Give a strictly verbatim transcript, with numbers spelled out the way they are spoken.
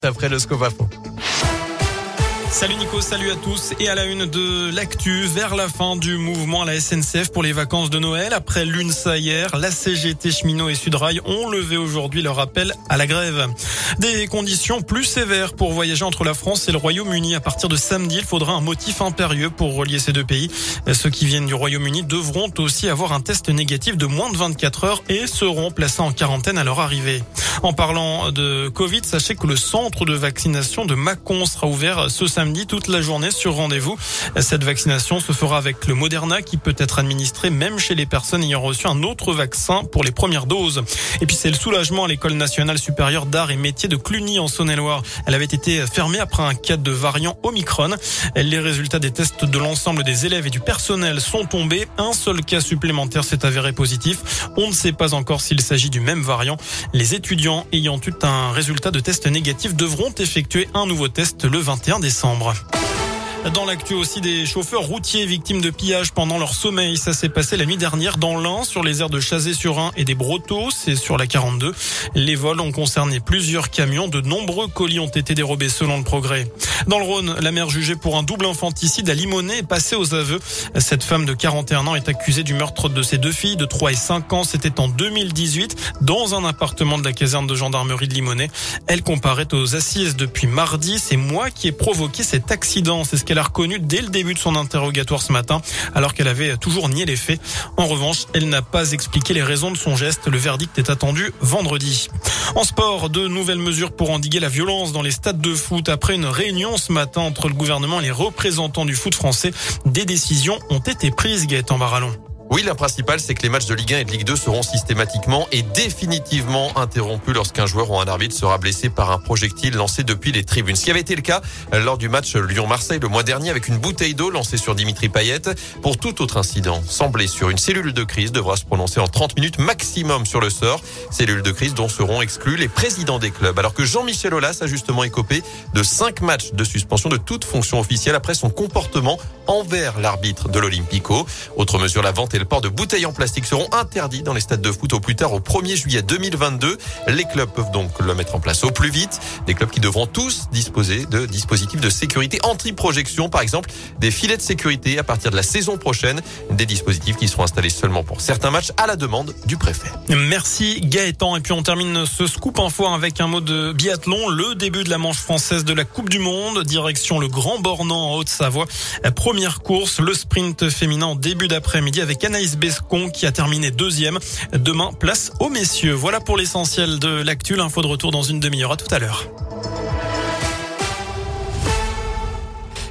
Après le Scope Info. Salut Nico, salut à tous. Et à la une de l'actu, vers la fin du mouvement à la S N C F pour les vacances de Noël. Après l'UNSA hier, la C G T Cheminots et Sudrail ont levé aujourd'hui leur appel à la grève. Des conditions plus sévères pour voyager entre la France et le Royaume-Uni. À partir de samedi, il faudra un motif impérieux pour relier ces deux pays. Ceux qui viennent du Royaume-Uni devront aussi avoir un test négatif de moins de vingt-quatre heures et seront placés en quarantaine à leur arrivée. En parlant de Covid, sachez que le centre de vaccination de Mâcon sera ouvert ce samedi toute la journée sur rendez-vous. Cette vaccination se fera avec le Moderna qui peut être administré même chez les personnes ayant reçu un autre vaccin pour les premières doses. Et puis c'est le soulagement à l'École nationale supérieure d'art et métiers de Cluny en Saône-et-Loire. Elle avait été fermée après un cas de variant Omicron. Les résultats des tests de l'ensemble des élèves et du personnel sont tombés. Un seul cas supplémentaire s'est avéré positif. On ne sait pas encore s'il s'agit du même variant. Les étudiants ayant eu un résultat de test négatif devront effectuer un nouveau test le vingt et un décembre. Dans l'actu aussi, des chauffeurs routiers victimes de pillage pendant leur sommeil. Ça s'est passé la nuit dernière dans l'Ain, sur les aires de Chazé-sur-Ain et des Brotteaux. C'est sur la quarante-deux. Les vols ont concerné plusieurs camions. De nombreux colis ont été dérobés selon le Progrès. Dans le Rhône, la mère jugée pour un double infanticide à Limonest est passée aux aveux. Cette femme de quarante et un ans est accusée du meurtre de ses deux filles de trois et cinq ans. C'était en deux mille dix-huit dans un appartement de la caserne de gendarmerie de Limonest. Elle comparaît aux assises depuis mardi. C'est moi qui ai provoqué cet accident. C'est ce qu'elle a reconnu dès le début de son interrogatoire ce matin, alors qu'elle avait toujours nié les faits. En revanche, elle n'a pas expliqué les raisons de son geste. Le verdict est attendu vendredi. En sport, de nouvelles mesures pour endiguer la violence dans les stades de foot. Après une réunion ce matin entre le gouvernement et les représentants du foot français, des décisions ont été prises, Gaëtan Barallon. Oui, la principale, c'est que les matchs de Ligue un et de Ligue deux seront systématiquement et définitivement interrompus lorsqu'un joueur ou un arbitre sera blessé par un projectile lancé depuis les tribunes. Ce qui avait été le cas lors du match Lyon-Marseille le mois dernier avec une bouteille d'eau lancée sur Dimitri Payet. Pour tout autre incident sans blessure, une cellule de crise devra se prononcer en trente minutes maximum sur le sort. Cellule de crise dont seront exclus les présidents des clubs. Alors que Jean-Michel Aulas a justement écopé de cinq matchs de suspension de toute fonction officielle après son comportement envers l'arbitre de l'Olympico. Autre mesure, la vente et le port de bouteilles en plastique seront interdits dans les stades de foot au plus tard au premier juillet deux mille vingt-deux. Les clubs peuvent donc le mettre en place au plus vite. Des clubs qui devront tous disposer de dispositifs de sécurité anti-projection, par exemple des filets de sécurité à partir de la saison prochaine. Des dispositifs qui seront installés seulement pour certains matchs à la demande du préfet. Merci Gaëtan. Et puis on termine ce scoop info avec un mot de biathlon. Le début de la manche française de la Coupe du Monde. Direction le Grand Bornand en Haute-Savoie. Première course, le sprint féminin en début d'après-midi avec Anaïs Bescon qui a terminé deuxième. Demain, place aux messieurs. Voilà pour l'essentiel de l'actu. L'info de retour dans une demi-heure. À tout à l'heure.